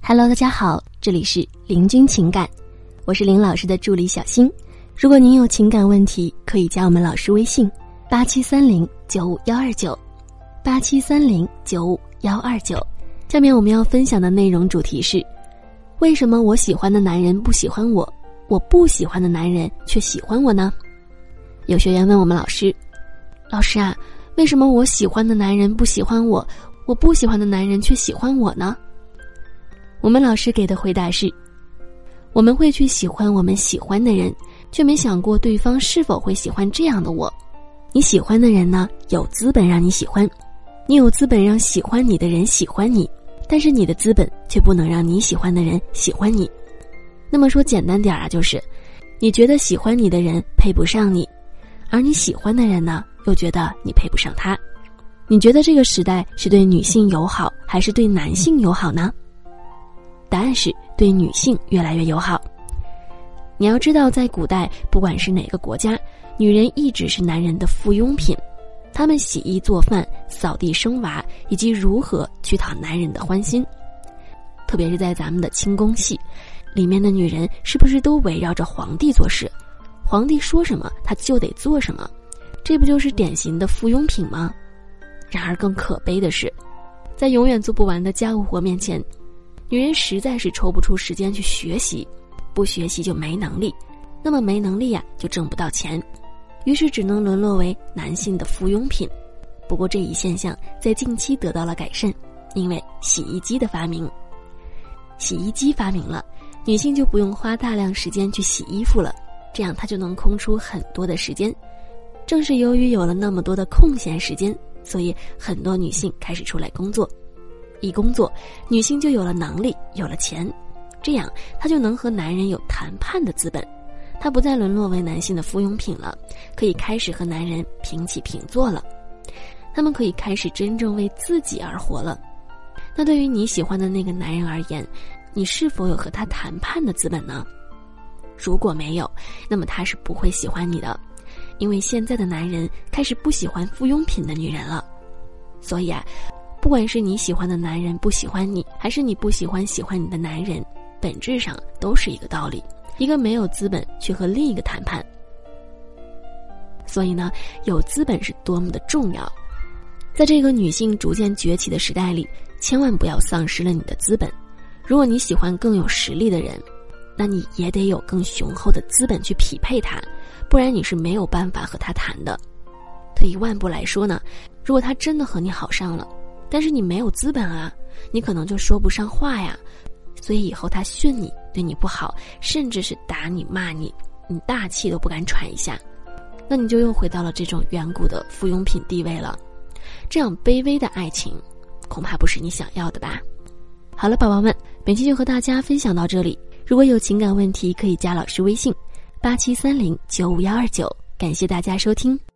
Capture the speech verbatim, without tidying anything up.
Hello， 大家好，这里是林君情感，我是林老师的助理小新。如果您有情感问题，可以加我们老师微信八七三零九五幺二九，八七三零九五幺二九。下面我们要分享的内容主题是：为什么我喜欢的男人不喜欢我，我不喜欢的男人却喜欢我呢？有学员问我们老师，老师啊，为什么我喜欢的男人不喜欢我，我不喜欢的男人却喜欢我呢？我们老师给的回答是：我们会去喜欢我们喜欢的人，却没想过对方是否会喜欢这样的我。你喜欢的人呢，有资本让你喜欢，你有资本让喜欢你的人喜欢你，但是你的资本却不能让你喜欢的人喜欢你。那么说简单点啊，就是你觉得喜欢你的人配不上你，而你喜欢的人呢，又觉得你配不上他。你觉得这个时代是对女性友好还是对男性友好呢？答案是对女性越来越友好。你要知道，在古代不管是哪个国家，女人一直是男人的附庸品，她们洗衣做饭、扫地生娃，以及如何去讨男人的欢心。特别是在咱们的清宫戏里面的女人，是不是都围绕着皇帝做事？皇帝说什么她就得做什么，这不就是典型的附庸品吗？然而更可悲的是，在永远做不完的家务活面前，女人实在是抽不出时间去学习，不学习就没能力，那么没能力呀、啊，就挣不到钱，于是只能沦落为男性的附庸品。不过这一现象在近期得到了改善，因为洗衣机的发明。洗衣机发明了，女性就不用花大量时间去洗衣服了，这样她就能空出很多的时间。正是由于有了那么多的空闲时间，所以很多女性开始出来工作。一工作，女性就有了能力，有了钱，这样她就能和男人有谈判的资本，她不再沦落为男性的附庸品了，可以开始和男人平起平坐了，他们可以开始真正为自己而活了。那对于你喜欢的那个男人而言，你是否有和他谈判的资本呢？如果没有，那么他是不会喜欢你的，因为现在的男人开始不喜欢附庸品的女人了。所以啊，不管是你喜欢的男人不喜欢你，还是你不喜欢喜欢你的男人，本质上都是一个道理，一个没有资本去和另一个谈判。所以呢，有资本是多么的重要。在这个女性逐渐崛起的时代里，千万不要丧失了你的资本。如果你喜欢更有实力的人，那你也得有更雄厚的资本去匹配他，不然你是没有办法和他谈的。退一万步来说呢，如果他真的和你好上了，但是你没有资本啊，你可能就说不上话呀，所以以后他训你，对你不好，甚至是打你骂你，你大气都不敢喘一下，那你就又回到了这种远古的附庸品地位了。这样卑微的爱情恐怕不是你想要的吧。好了，宝宝们，本期就和大家分享到这里。如果有情感问题，可以加老师微信八七三零九五幺二九。感谢大家收听。